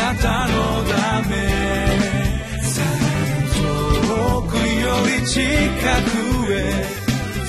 なたのため遠くより近くへ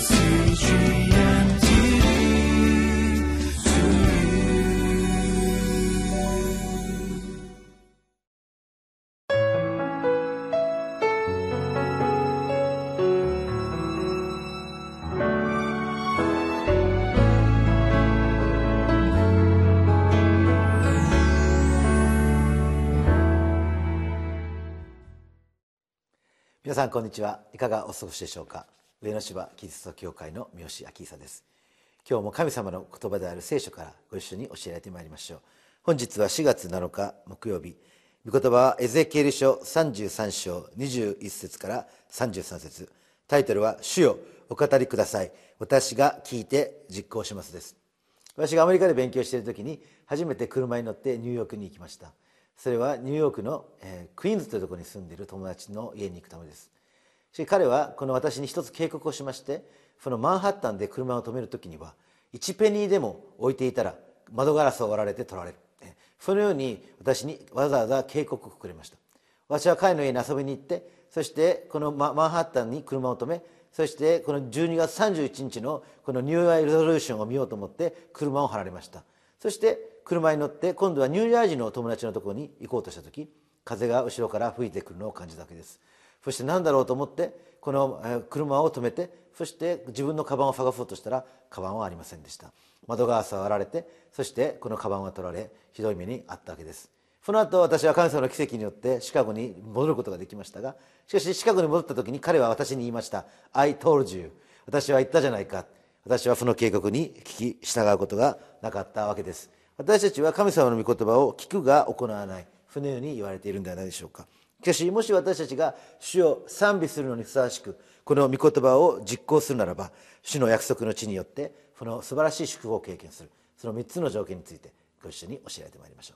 皆さんこんにちは。いかがお過ごしでしょうか。上野芝キリスト教会の三好明久です。今日も神様の言葉である聖書からご一緒に教えられてまいりましょう。本日は4月7日木曜日、御言葉はエゼキエル書33章21節から33節、タイトルは主よお語りください、私が聞いて実行しますです。私がアメリカで勉強している時に初めて車に乗ってニューヨークに行きました。それはニューヨークのクイーンズというところに住んでいる友達の家に行くためです。しかし彼はこの私に一つ警告をしまして、そのマンハッタンで車を止める時には1ペニーでも置いていたら窓ガラスを割られて取られる、そのように私にわざわざ警告をくれました。私は彼の家に遊びに行って、そしてこのマンハッタンに車を止め、そしてこの12月31日のこのニューイヤーリゾリューションを見ようと思って車を離れました。そして車に乗って今度はニュージャージーの友達のところに行こうとした時、風が後ろから吹いてくるのを感じたわけです。そして何だろうと思ってこの車を止めて、そして自分のカバンを探そうとしたらカバンはありませんでした。窓ガラスは割られて、そしてこのカバンは取られ、ひどい目に遭ったわけです。その後私は神様の奇跡によってシカゴに戻ることができましたが、しかしシカゴに戻った時に彼は私に言いました。 I told you、 私は言ったじゃないか。私はその警告に聞き従うことがなかったわけです。私たちは神様の御言葉を聞くが行わない、そのように言われているんではないでしょうか。しかしもし私たちが主を賛美するのにふさわしくこの御言葉を実行するならば、主の約束の地によってその素晴らしい祝福を経験する、その3つの条件についてご一緒に教えられてまいりましょ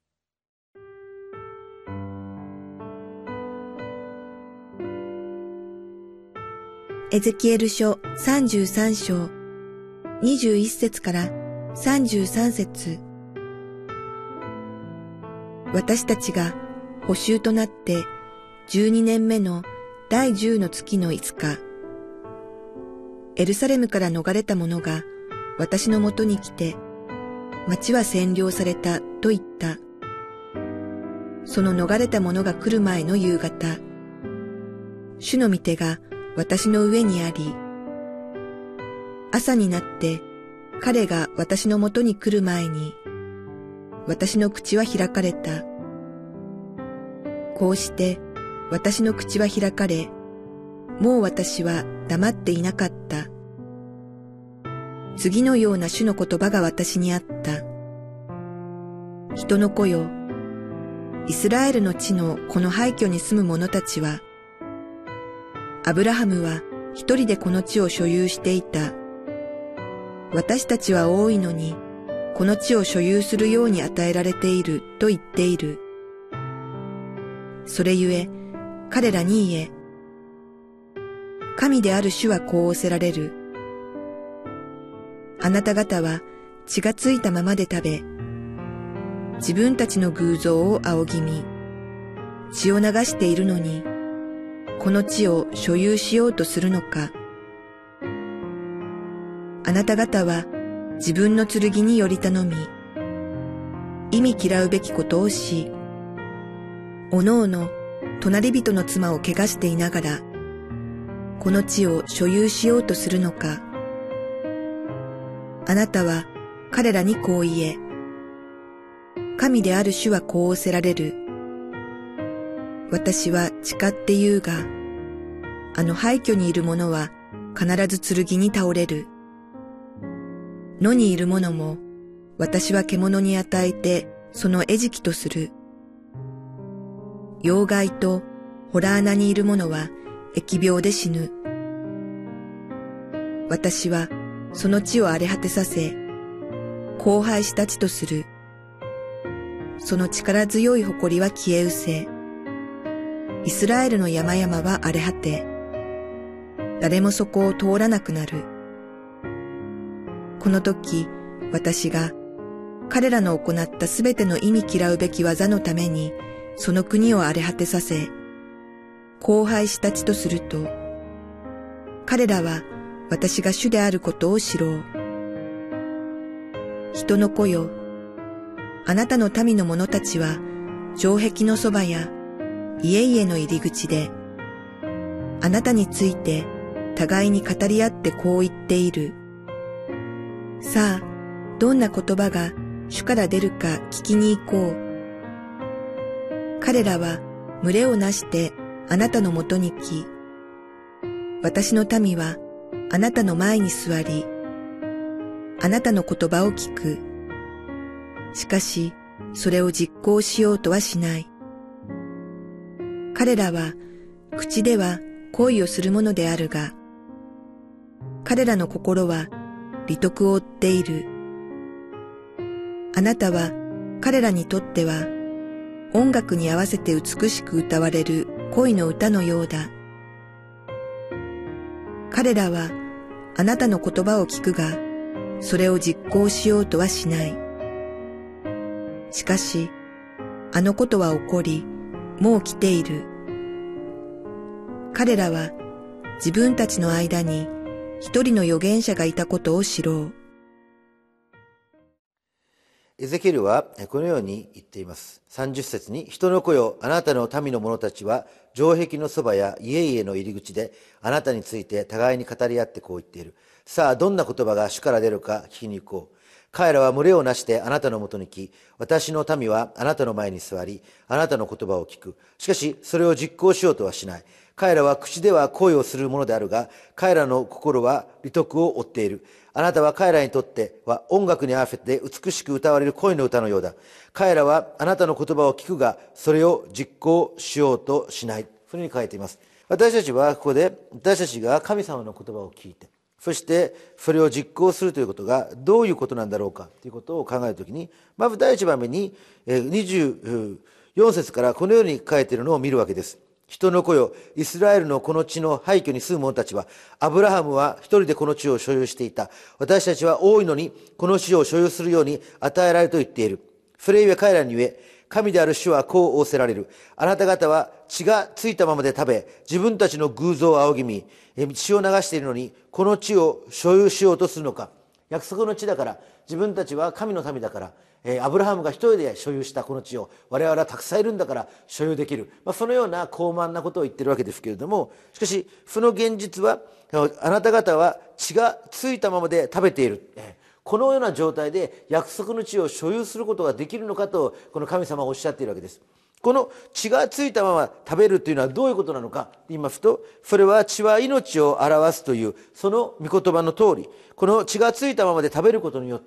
う。エゼキエル書33章21節から33節、私たちが捕囚となって12年目の第10の月の5日、エルサレムから逃れた者が私のもとに来て、町は占領されたと言った。その逃れた者が来る前の夕方、主の御手が私の上にあり、朝になって彼が私のもとに来る前に、私の口は開かれた。こうして私の口は開かれ、もう私は黙っていなかった。次のような主の言葉が私にあった。人の子よ、イスラエルの地のこの廃墟に住む者たちは、アブラハムは一人でこの地を所有していた。私たちは多いのに、この地を所有するように与えられていると言っている。それゆえ、彼らに言え。神である主はこう仰せられる。あなた方は血がついたままで食べ、自分たちの偶像を仰ぎ見、血を流しているのに、この地を所有しようとするのか。あなた方は自分の剣により頼み、忌み嫌うべきことをし、おのおの隣人の妻を汚していながら、この地を所有しようとするのか。あなたは彼らにこう言え。神である主はこう仰せられる。私は誓って言うが、あの廃墟にいる者は必ず剣に倒れる。野にいる者も私は獣に与えてその餌食とする。妖怪と洞穴にいる者は疫病で死ぬ。私はその地を荒れ果てさせ、荒廃した地とする。その力強い誇りは消え失せ、イスラエルの山々は荒れ果て、誰もそこを通らなくなる。この時、私が彼らの行ったすべての意味嫌うべき技のために、その国を荒れ果てさせ、荒廃した地とすると、彼らは私が主であることを知ろう。人の子よ、あなたの民の者たちは、城壁のそばや家々の入り口で、あなたについて互いに語り合ってこう言っている。さあ、どんな言葉が主から出るか聞きに行こう。彼らは群れをなしてあなたのもとに来、私の民はあなたの前に座り、あなたの言葉を聞く。しかし、それを実行しようとはしない。彼らは口では恋をするものであるが、彼らの心は利得を追っている。あなたは彼らにとっては音楽に合わせて美しく歌われる恋の歌のようだ。彼らはあなたの言葉を聞くが、それを実行しようとはしない。しかし、あのことは起こり、もう来ている。彼らは自分たちの間に一人の預言者がいたことを知ろう。 エゼキエルはこのように言っています。30節に、人の子よ、あなたの民の者たちは城壁のそばや家々の入り口であなたについて互いに語り合ってこう言っている。さあ、どんな言葉が主から出るか聞きに行こう。彼らは群れをなしてあなたのもとに来、私の民はあなたの前に座り、あなたの言葉を聞く。しかし、それを実行しようとはしない。彼らは口では恋をするものであるが、彼らの心は利得を追っている。あなたは彼らにとっては音楽に合わせて美しく歌われる恋の歌のようだ。彼らはあなたの言葉を聞くが、それを実行しようとしない。それに書いています。私たちはここで、私たちが神様の言葉を聞いて、そしてそれを実行するということがどういうことなんだろうかということを考えるときに、まず第一番目に24節からこのように書いているのを見るわけです。人の子よ、イスラエルのこの地の廃墟に住む者たちは、アブラハムは一人でこの地を所有していた。私たちは多いのにこの地を所有するように与えられると言っている。それゆえ彼らに言え、神である主はこう仰せられる。あなた方は血がついたままで食べ、自分たちの偶像を仰ぎ見、血を流しているのに、この地を所有しようとするのか。約束の地だから、自分たちは神の民だから、アブラハムが一人で所有したこの地を我々はたくさんいるんだから所有できる、そのような高慢なことを言ってるわけですけれども、しかしその現実は、あなた方は血がついたままで食べている、このような状態で約束の地を所有することができるのかと、この神様はおっしゃっているわけです。この血がついたまま食べるというのはどういうことなのかと言いますと、それは血は命を表すというその御言葉の通り、この血がついたままで食べることによって、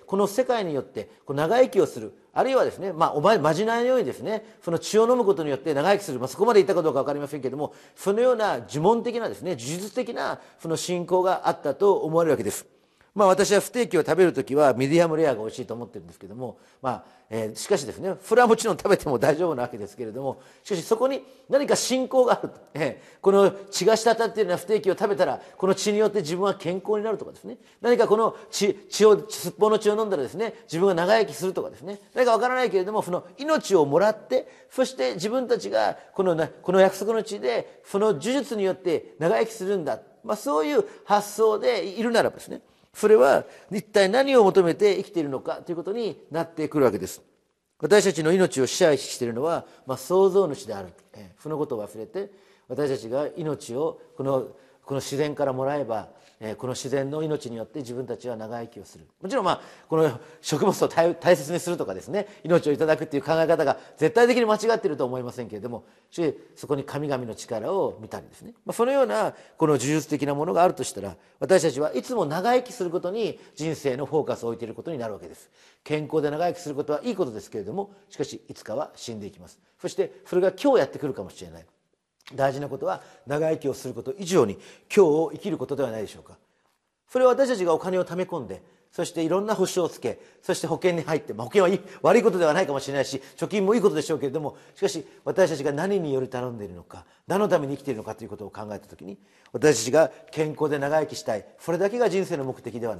この世界によって長生きをする、あるいはですね、おまじないのようにですね、その血を飲むことによって長生きする、そこまで言ったかどうか分かりませんけれども、そのような呪文的なですね、呪術的なその信仰があったと思われるわけです。私はステーキを食べるときはミディアムレアが美味しいと思ってるんですけども、しかしですね、それはもちろん食べても大丈夫なわけですけれども、しかしそこに何か信仰がある、この血が滴っているようなステーキを食べたら、この血によって自分は健康になるとかですね、何かこのすっぽうの血を飲んだらですね、自分が長生きするとかですね、何かわからないけれども、その命をもらって、そして自分たちがこの約束の地でその呪術によって長生きするんだ、そういう発想でいるならばですね、それは一体何を求めて生きているのかということになってくるわけです。私たちの命を支配しているのは、創造主である、そのことを忘れて、私たちが命をこの自然からもらえば、この自然の命によって自分たちは長生きをする。もちろんこの食物を大切にするとかですね、命をいただくっていう考え方が絶対的に間違っていると思いませんけれども、そこに神々の力を見たりですね、そのようなこの呪術的なものがあるとしたら、私たちはいつも長生きすることに人生のフォーカスを置いていることになるわけです。健康で長生きすることはいいことですけれども、しかしいつかは死んでいきます。そしてそれが今日やってくるかもしれない。大事なことは長生きをすること以上に今日を生きることではないでしょうか。それは私たちがお金を貯め込んで、そしていろんな保証をつけ、そして保険に入って、保険は悪いことではないかもしれないし、貯金もいいことでしょうけれども、しかし私たちが何により頼んでいるのか、何のために生きているのかということを考えたときに、私たちが健康で長生きしたい、それだけが人生の目的ではない。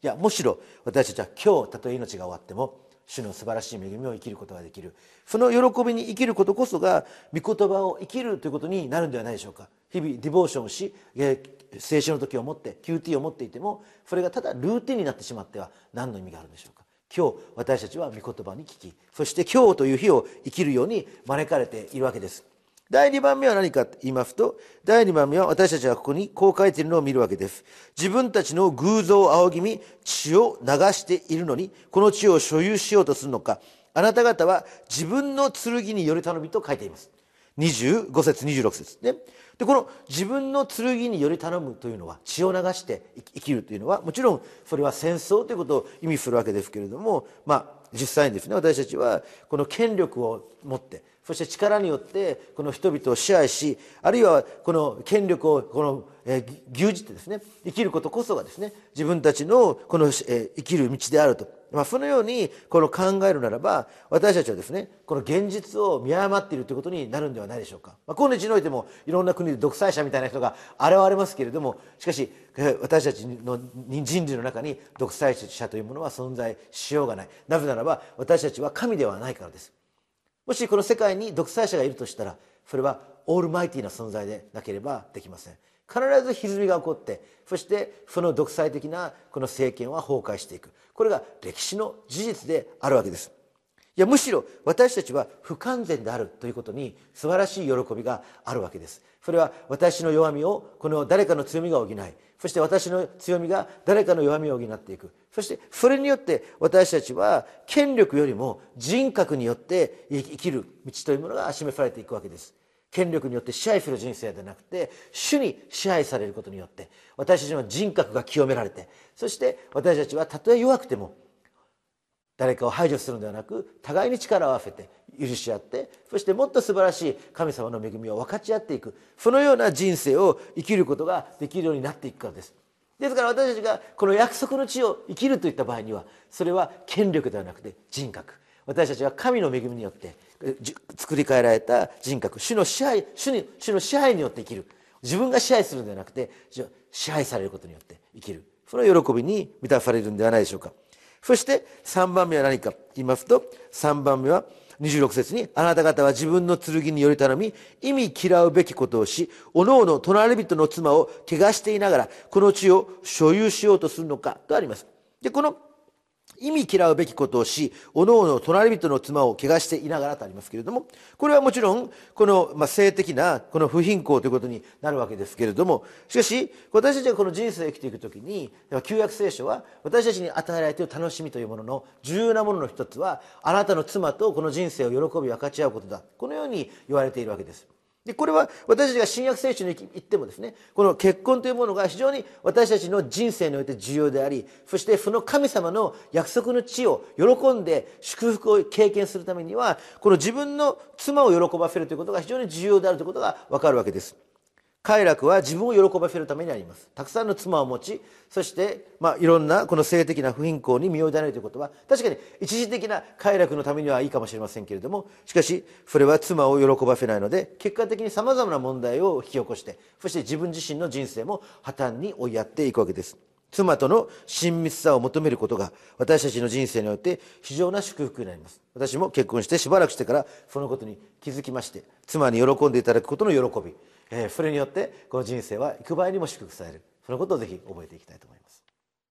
いやむしろ私たちは今日たとえ命が終わっても主の素晴らしい恵みを生きることができる、その喜びに生きることこそが御言葉を生きるということになるんではないでしょうか。日々ディボーションをし聖書の時を持って QT を持っていてもそれがただルーティンになってしまっては何の意味があるんでしょうか。今日私たちは御言葉に聞き、そして今日という日を生きるように招かれているわけです。第2番目は何かと言いますと、第2番目は私たちはここにこう書いているのを見るわけです。自分たちの偶像を仰ぎ見血を流しているのにこの地を所有しようとするのか。あなた方は自分の剣により頼みと書いています。25節26節ね。でこの自分の剣により頼むというのは、血を流して生きるというのはもちろんそれは戦争ということを意味するわけですけれども、実際にですね、私たちはこの権力を持って、そして力によってこの人々を支配し、あるいはこの権力を牛耳ってですね生きることこそがですね自分たちのこの生きる道であると、そのようにこの考えるならば、私たちはですねこの現実を見誤っているということになるんではないでしょうか。今日においてもいろんな国で独裁者みたいな人が現れますけれども、しかし私たちの人類の中に独裁者というものは存在しようがない。なぜならば私たちは神ではないからです。もしこの世界に独裁者がいるとしたら、それはオールマイティな存在でなければできません。必ず歪みが起こって、そしてその独裁的なこの政権は崩壊していく。これが歴史の事実であるわけです。いやむしろ私たちは不完全であるということに素晴らしい喜びがあるわけです。それは私の弱みをこの誰かの強みが補い、そして私の強みが誰かの弱みを補っていく。そしてそれによって私たちは権力よりも人格によって生きる道というものが示されていくわけです。権力によって支配する人生ではなくて、主に支配されることによって私たちの人格が清められて、そして私たちはたとえ弱くても誰かを排除するのではなく、互いに力を合わせて許し合って、そしてもっと素晴らしい神様の恵みを分かち合っていく、そのような人生を生きることができるようになっていくからです。ですから私たちがこの約束の地を生きるといった場合には、それは権力ではなくて人格、私たちは神の恵みによって作り変えられた人格、主の支配によって生きる。自分が支配するのではなくて支配されることによって生きる、その喜びに満たされるんではないでしょうか。そして3番目は何かと言いますと、3番目は26節に、あなた方は自分の剣により頼み忌み嫌うべきことをし、おのおの隣人の妻を汚していながらこの地を所有しようとするのかとあります。でこの忌み嫌うべきことをし、おのおの隣人の妻を汚していながらとありますけれども、これはもちろんこの性的なこの不貧困ということになるわけですけれども、しかし私たちがこの人生を生きていくときに、旧約聖書は私たちに与えられている楽しみというものの重要なものの一つは、あなたの妻とこの人生を喜び分かち合うことだ、このように言われているわけです。でこれは私たちが新約聖書に行ってもですね、この結婚というものが非常に私たちの人生において重要であり、そしてその神様の約束の地を喜んで祝福を経験するためには、この自分の妻を喜ばせるということが非常に重要であるということが分かるわけです。快楽は自分を喜ばせるためにあります。たくさんの妻を持ち、そしていろんなこの性的な不貧困に身を委ねるということは、確かに一時的な快楽のためにはいいかもしれませんけれども、しかしそれは妻を喜ばせないので、結果的にさまざまな問題を引き起こして、そして自分自身の人生も破綻に追いやっていくわけです。妻との親密さを求めることが私たちの人生において非常な祝福になります。私も結婚してしばらくしてからそのことに気づきまして、妻に喜んでいただくことの喜び、それによってこの人生は幾倍にも祝福される、そのことをぜひ覚えていきたいと思います。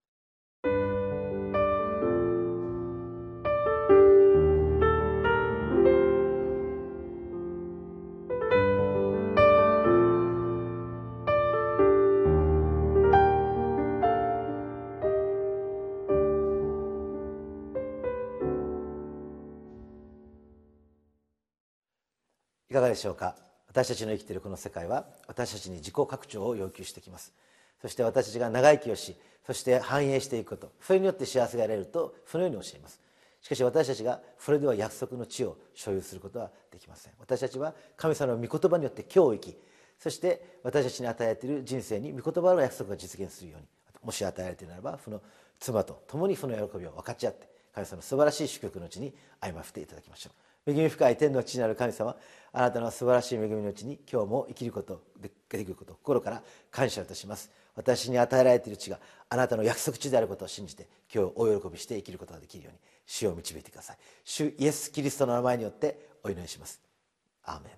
いかがでしょうか。私たちの生きているこの世界は私たちに自己拡張を要求してきます。そして私たちが長生きをし、そして繁栄していくこと、それによって幸せが得られるとそのように教えます。しかし私たちがそれでは約束の地を所有することはできません。私たちは神様の御言葉によって今日生き、そして私たちに与えられている人生に御言葉の約束が実現するように、もし与えられているならばその妻と共にその喜びを分かち合って、神様の素晴らしい祝福のうちに歩ませていただきましょう。 恵み深い天の父なる神様、あなたの素晴らしい恵みのうちに今日も生きることできることを心から感謝いたします。私に与えられている地があなたの約束地であることを信じて、今日お喜びして生きることができるように主を導いてください。主イエス・キリストの名前によってお祈りします。アーメン。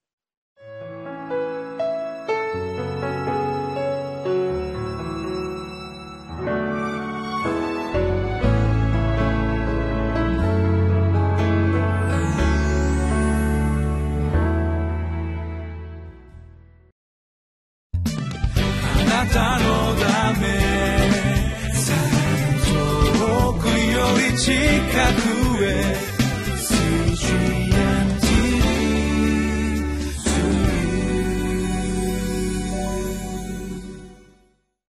あなたのため遠くより近くへ